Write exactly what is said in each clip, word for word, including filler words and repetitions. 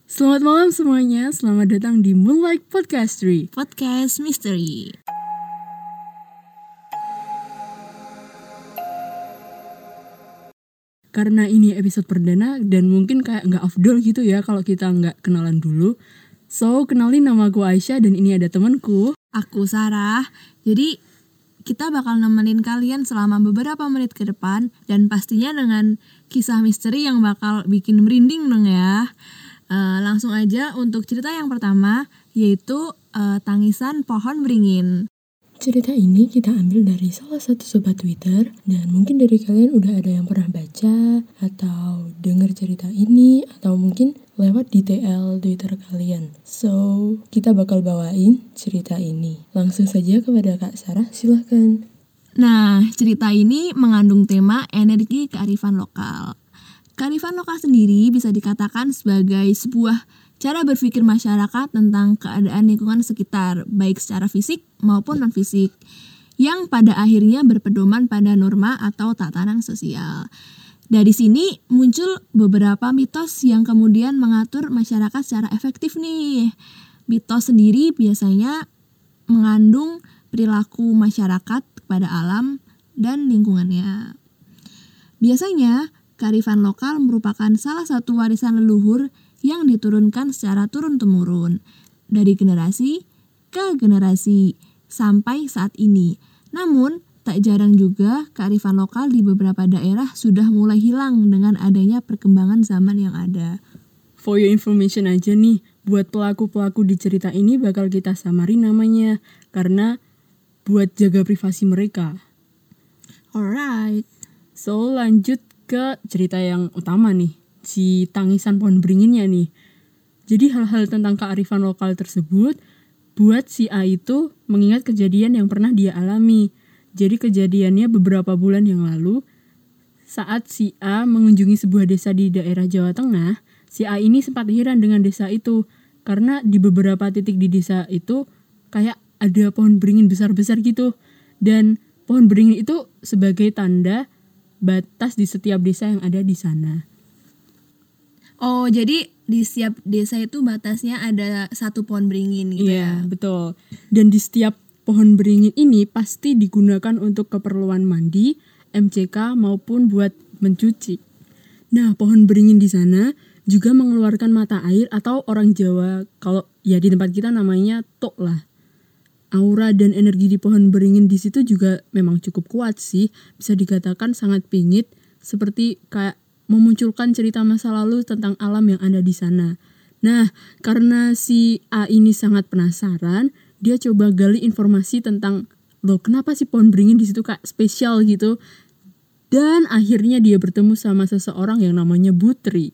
Selamat malam semuanya, selamat datang di Moonlight Podcastry Podcast Misteri. Karena ini episode perdana dan mungkin kayak gak afdol gitu ya kalau kita gak kenalan dulu. So, kenalin nama aku Aisyah dan ini ada temanku. Aku Sarah. Jadi kita bakal nemenin kalian selama beberapa menit ke depan dan pastinya dengan kisah misteri yang bakal bikin merinding dong ya. Uh, langsung aja untuk cerita yang pertama, yaitu uh, Tangisan Pohon Beringin. Cerita ini kita ambil dari salah satu sobat Twitter, dan mungkin dari kalian udah ada yang pernah baca atau dengar cerita ini, atau mungkin lewat di T L Twitter kalian. So, kita bakal bawain cerita ini. Langsung saja kepada Kak Sarah, silahkan. Nah, cerita ini mengandung tema energi kearifan lokal. Kearifan lokal sendiri bisa dikatakan sebagai sebuah cara berpikir masyarakat tentang keadaan lingkungan sekitar, baik secara fisik maupun non-fisik, yang pada akhirnya berpedoman pada norma atau tatanan sosial. Dari sini muncul beberapa mitos yang kemudian mengatur masyarakat secara efektif nih. Mitos sendiri biasanya mengandung perilaku masyarakat kepada alam dan lingkungannya. Biasanya, kearifan lokal merupakan salah satu warisan leluhur yang diturunkan secara turun-temurun dari generasi ke generasi sampai saat ini. Namun, tak jarang juga kearifan lokal di beberapa daerah sudah mulai hilang dengan adanya perkembangan zaman yang ada. For your information aja nih, buat pelaku-pelaku di cerita ini bakal kita samarin namanya, karena buat jaga privasi mereka. Alright. So, lanjut ke cerita yang utama nih, si Tangisan Pohon Beringinnya nih. Jadi hal-hal tentang kearifan lokal tersebut buat si A itu mengingat kejadian yang pernah dia alami. Jadi kejadiannya beberapa bulan yang lalu, saat si A mengunjungi sebuah desa di daerah Jawa Tengah, si A ini sempat heran dengan desa itu, karena di beberapa titik di desa itu kayak ada pohon beringin besar-besar gitu. Dan pohon beringin itu sebagai tanda batas di setiap desa yang ada di sana. Oh, jadi di setiap desa itu batasnya ada satu pohon beringin gitu Iya, ya? Betul. Dan di setiap pohon beringin ini pasti digunakan untuk keperluan mandi, M C K maupun buat mencuci. Nah, pohon beringin di sana juga mengeluarkan mata air atau orang Jawa kalau ya di tempat kita namanya tok lah. Aura dan energi di pohon beringin di situ juga memang cukup kuat sih, bisa dikatakan sangat pingit, seperti kayak memunculkan cerita masa lalu tentang alam yang ada di sana. Nah, karena si A ini sangat penasaran, dia coba gali informasi tentang, loh kenapa sih pohon beringin di situ kayak spesial gitu. Dan akhirnya dia bertemu sama seseorang yang namanya Butri.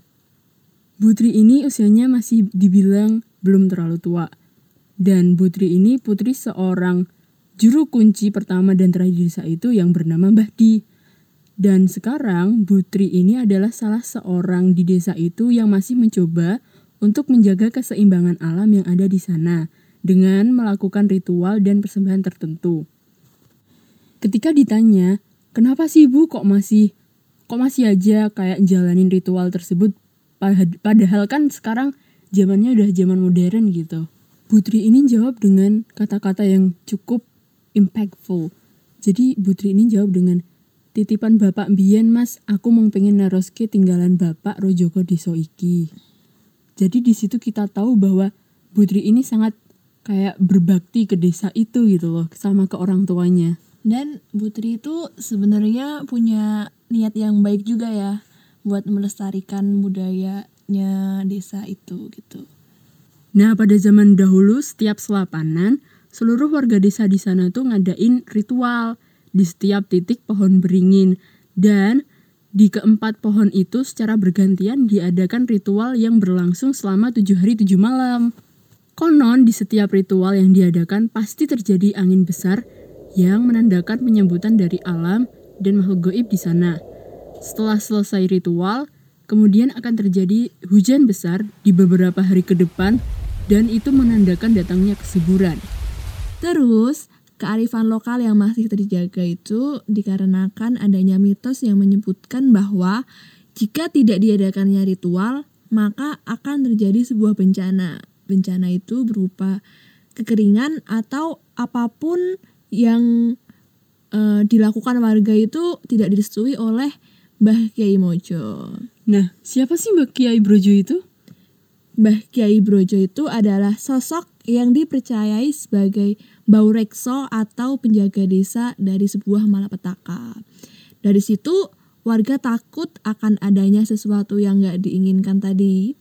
Butri ini usianya masih dibilang belum terlalu tua. Dan Butri ini putri seorang juru kunci pertama dan terakhir di desa itu yang bernama Mbah Di. Dan sekarang Butri ini adalah salah seorang di desa itu yang masih mencoba untuk menjaga keseimbangan alam yang ada di sana dengan melakukan ritual dan persembahan tertentu. Ketika ditanya, kenapa sih Bu kok masih kok masih aja kayak jalanin ritual tersebut, padahal kan sekarang zamannya udah zaman modern gitu. Butri ini jawab dengan kata-kata yang cukup impactful. Jadi Butri ini jawab dengan, titipan bapak mbiyen mas, aku mau pengen naroske tinggalan bapak rojoko deso iki. Jadi di situ kita tahu bahwa Butri ini sangat kayak berbakti ke desa itu gitu loh, sama ke orang tuanya. Dan Butri itu sebenarnya punya niat yang baik juga ya, buat melestarikan budayanya desa itu gitu. Nah, pada zaman dahulu setiap selapanan, seluruh warga desa di sana tuh ngadain ritual di setiap titik pohon beringin. Dan di keempat pohon itu secara bergantian diadakan ritual yang berlangsung selama tujuh hari tujuh malam. Konon di setiap ritual yang diadakan pasti terjadi angin besar yang menandakan penyambutan dari alam dan makhluk gaib di sana. Setelah selesai ritual, kemudian akan terjadi hujan besar di beberapa hari ke depan dan itu menandakan datangnya kesuburan. Terus, kearifan lokal yang masih terjaga itu dikarenakan adanya mitos yang menyebutkan bahwa jika tidak diadakannya ritual, maka akan terjadi sebuah bencana. Bencana itu berupa kekeringan atau apapun yang e, dilakukan warga itu tidak direstui oleh Mbah Kyai Mojo. Nah, siapa sih Mbah Kyai Brojo itu? Mbah Kyai Brojo itu adalah sosok yang dipercayai sebagai baurekso atau penjaga desa dari sebuah malapetaka. Dari situ warga takut akan adanya sesuatu yang gak diinginkan tadi.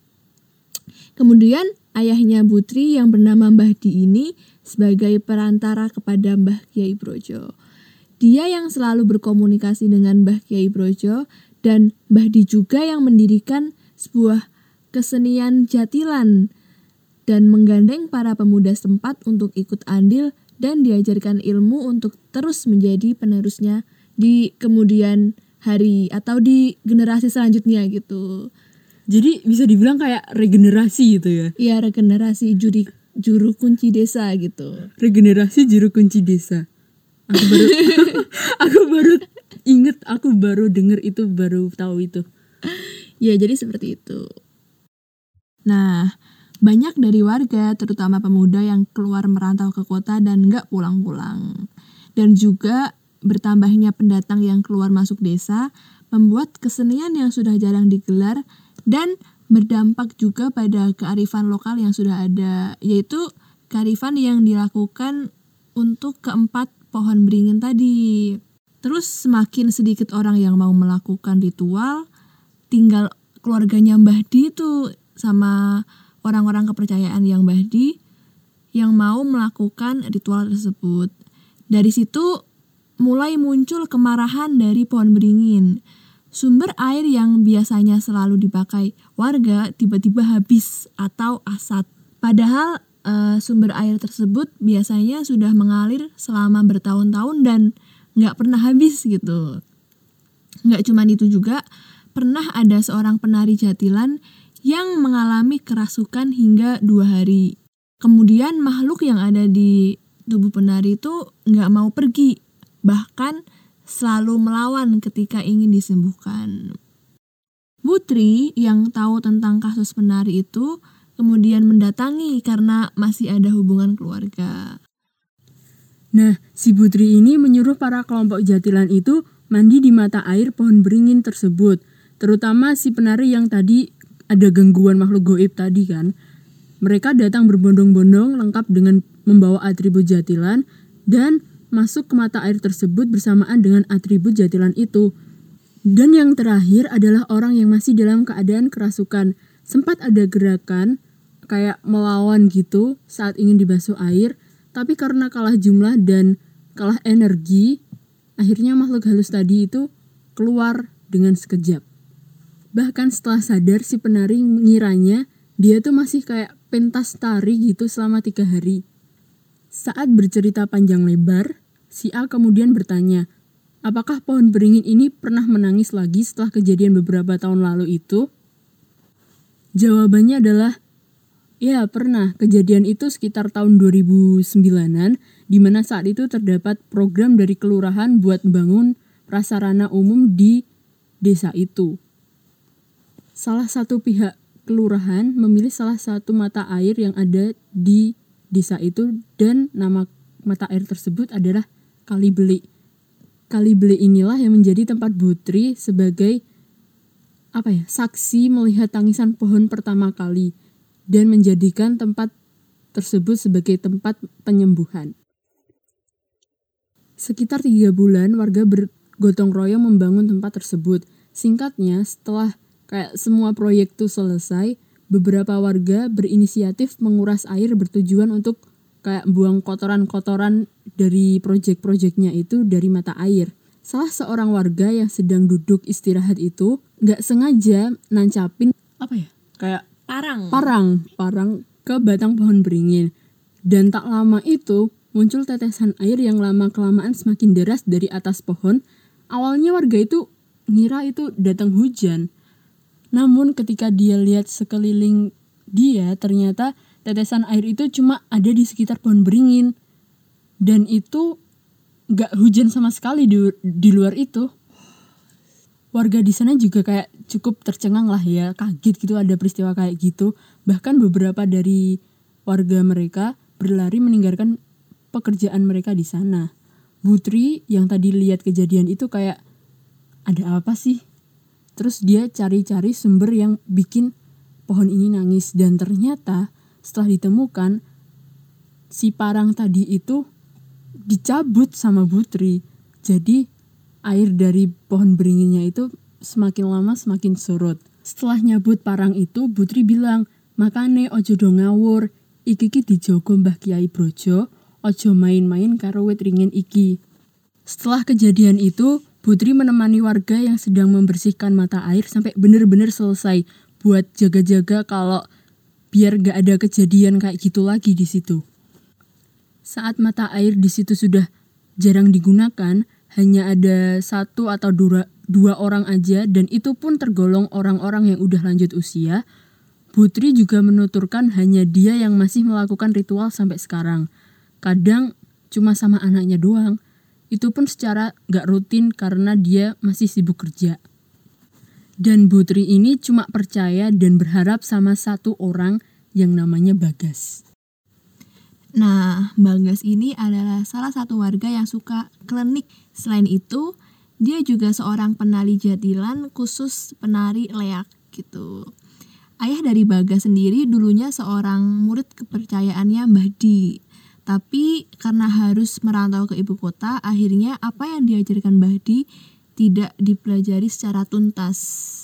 Kemudian ayahnya Putri yang bernama Mbah Di ini sebagai perantara kepada Mbah Kyai Brojo. Dia yang selalu berkomunikasi dengan Mbah Kyai Brojo, dan Mbah Di juga yang mendirikan sebuah kesenian jatilan dan menggandeng para pemuda setempat untuk ikut andil dan diajarkan ilmu untuk terus menjadi penerusnya di kemudian hari atau di generasi selanjutnya gitu. Jadi bisa dibilang kayak regenerasi gitu ya? Iya, regenerasi juri, juru kunci desa gitu. Regenerasi juru kunci desa. Aku baru aku baru inget, aku baru denger itu, baru tahu itu. Ya, jadi seperti itu. Nah, banyak dari warga, terutama pemuda yang keluar merantau ke kota dan nggak pulang-pulang. Dan juga bertambahnya pendatang yang keluar masuk desa, membuat kesenian yang sudah jarang digelar dan berdampak juga pada kearifan lokal yang sudah ada, yaitu kearifan yang dilakukan untuk keempat pohon beringin tadi. Terus semakin sedikit orang yang mau melakukan ritual, tinggal keluarganya Mbah Di itu sama orang-orang kepercayaan yang Mbah Di yang mau melakukan ritual tersebut. Dari situ mulai muncul kemarahan dari pohon beringin. Sumber air yang biasanya selalu dipakai warga tiba-tiba habis atau asat. Padahal e, sumber air tersebut biasanya sudah mengalir selama bertahun-tahun dan nggak pernah habis gitu. Nggak cuma itu juga, pernah ada seorang penari jatilan yang mengalami kerasukan hingga dua hari. Kemudian makhluk yang ada di tubuh penari itu nggak mau pergi, bahkan selalu melawan ketika ingin disembuhkan. Putri yang tahu tentang kasus penari itu kemudian mendatangi karena masih ada hubungan keluarga. Nah, si Putri ini menyuruh para kelompok jatilan itu mandi di mata air pohon beringin tersebut, terutama si penari yang tadi ada gangguan makhluk goib tadi kan. Mereka datang berbondong-bondong lengkap dengan membawa atribut jatilan dan masuk ke mata air tersebut bersamaan dengan atribut jatilan itu. Dan yang terakhir adalah orang yang masih dalam keadaan kerasukan. Sempat ada gerakan kayak melawan gitu saat ingin dibasuh air, tapi karena kalah jumlah dan kalah energi, akhirnya makhluk halus tadi itu keluar dengan sekejap. Bahkan setelah sadar, si penari ngiranya dia tuh masih kayak pentas tari gitu selama tiga hari. Saat bercerita panjang lebar, si A kemudian bertanya, apakah pohon beringin ini pernah menangis lagi setelah kejadian beberapa tahun lalu itu? Jawabannya adalah, ya pernah. Kejadian itu sekitar tahun dua ribu sembilanan, di mana saat itu terdapat program dari kelurahan buat membangun prasarana umum di desa itu. Salah satu pihak kelurahan memilih salah satu mata air yang ada di desa itu dan nama mata air tersebut adalah Kali Beli. Kali Beli inilah yang menjadi tempat Putri sebagai apa ya, saksi melihat tangisan pohon pertama kali dan menjadikan tempat tersebut sebagai tempat penyembuhan. Sekitar tiga bulan warga bergotong royong membangun tempat tersebut. Singkatnya, setelah kayak semua proyek itu selesai, beberapa warga berinisiatif menguras air bertujuan untuk kayak buang kotoran-kotoran dari proyek-proyeknya itu dari mata air. Salah seorang warga yang sedang duduk istirahat itu nggak sengaja nancapin apa ya, kayak Parang. parang, parang ke batang pohon beringin. Dan tak lama itu muncul tetesan air yang lama-kelamaan semakin deras dari atas pohon. Awalnya warga itu ngira itu datang hujan. Namun ketika dia lihat sekeliling dia, ternyata tetesan air itu cuma ada di sekitar pohon beringin. Dan itu gak hujan sama sekali di, di luar itu. warga di sana juga kayak cukup tercengang lah ya, kaget gitu ada peristiwa kayak gitu. Bahkan beberapa dari warga mereka berlari meninggalkan pekerjaan mereka di sana. Putri yang tadi lihat kejadian itu kayak, ada apa sih? Terus dia cari-cari sumber yang bikin pohon ini nangis. Dan ternyata setelah ditemukan, si parang tadi itu dicabut sama Putri. Jadi air dari pohon beringinnya itu semakin lama semakin surut. Setelah nyabut parang itu, Putri bilang, makane ojo do ngawur, iki ki dijogo Mbah Kyai Brojo, ojo main-main karo wit ringin iki. Setelah kejadian itu, Putri menemani warga yang sedang membersihkan mata air sampai benar-benar selesai buat jaga-jaga kalau biar gak ada kejadian kayak gitu lagi di situ. Saat mata air di situ sudah jarang digunakan, hanya ada satu atau dua, dua orang aja, dan itu pun tergolong orang-orang yang udah lanjut usia. Putri juga menuturkan hanya dia yang masih melakukan ritual sampai sekarang. Kadang cuma sama anaknya doang. Itu pun secara gak rutin karena dia masih sibuk kerja. Dan Putri ini cuma percaya dan berharap sama satu orang yang namanya Bagas. Nah, Bagas ini adalah salah satu warga yang suka klinik. Selain itu, dia juga seorang penari jadilan khusus penari leak gitu. Ayah dari Bagas sendiri dulunya seorang murid kepercayaannya Mbah Di. Tapi karena harus merantau ke ibu kota, akhirnya apa yang diajarkan Mbah Di tidak dipelajari secara tuntas.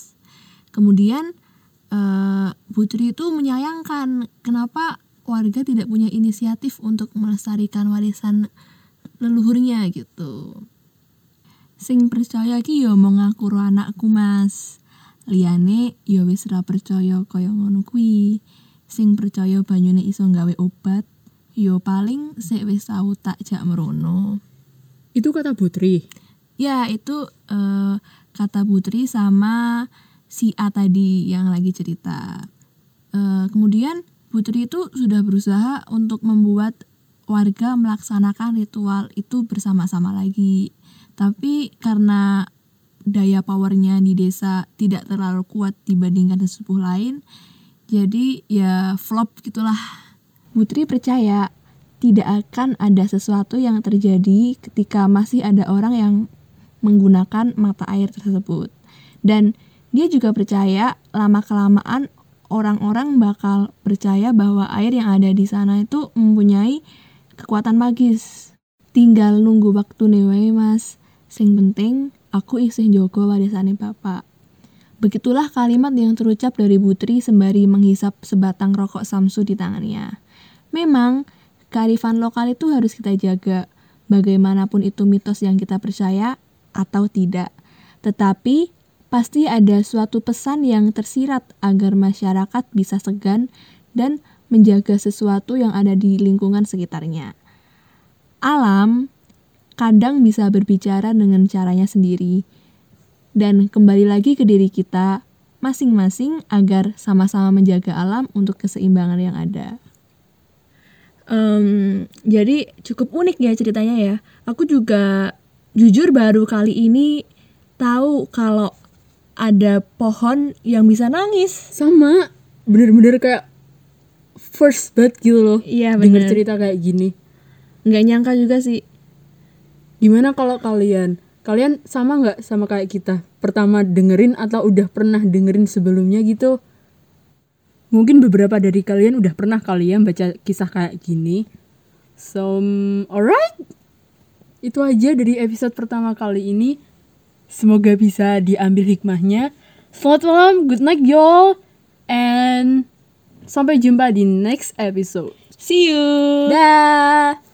Kemudian uh, Putri itu menyayangkan kenapa warga tidak punya inisiatif untuk melestarikan warisan leluhurnya gitu. Sing percaya ki yo mung aku ro anakku Mas. Liyane yo wis ra percaya kaya ngono kuwi. Sing percaya banyune iso gawe obat, yo paling sik wis tau tak jak merono. Itu kata Putri. Ya, itu uh, kata Putri sama si A tadi yang lagi cerita. Uh, kemudian Putri itu sudah berusaha untuk membuat warga melaksanakan ritual itu bersama-sama lagi. Tapi karena daya powernya di desa tidak terlalu kuat dibandingkan sesepuh lain, jadi ya flop gitulah. Putri percaya tidak akan ada sesuatu yang terjadi ketika masih ada orang yang menggunakan mata air tersebut. Dan dia juga percaya lama-kelamaan orang-orang bakal percaya bahwa air yang ada di sana itu mempunyai kekuatan magis. Tinggal nunggu waktu nih wae Mas. Sing penting aku isih njogo warisane bapak. Begitulah kalimat yang terucap dari Putri sembari menghisap sebatang rokok Samsu di tangannya. Memang kearifan lokal itu harus kita jaga, bagaimanapun itu mitos yang kita percaya atau tidak. Tetapi pasti ada suatu pesan yang tersirat agar masyarakat bisa segan dan menjaga sesuatu yang ada di lingkungan sekitarnya. Alam kadang bisa berbicara dengan caranya sendiri. Dan kembali lagi ke diri kita masing-masing agar sama-sama menjaga alam untuk keseimbangan yang ada. Um, jadi cukup unik ya ceritanya ya. Aku juga jujur baru kali ini tahu kalau ada pohon yang bisa nangis. Sama, bener-bener kayak first banget gitu loh. Iya denger bener. cerita kayak gini. Nggak nyangka juga sih. Gimana kalau kalian? Kalian sama nggak sama kayak kita? Pertama dengerin atau udah pernah dengerin sebelumnya gitu? Mungkin beberapa dari kalian udah pernah kalian baca kisah kayak gini. So, alright. Itu aja dari episode pertama kali ini. Semoga bisa diambil hikmahnya. Selamat malam, good night y'all. And sampai jumpa di next episode. See you. Dah.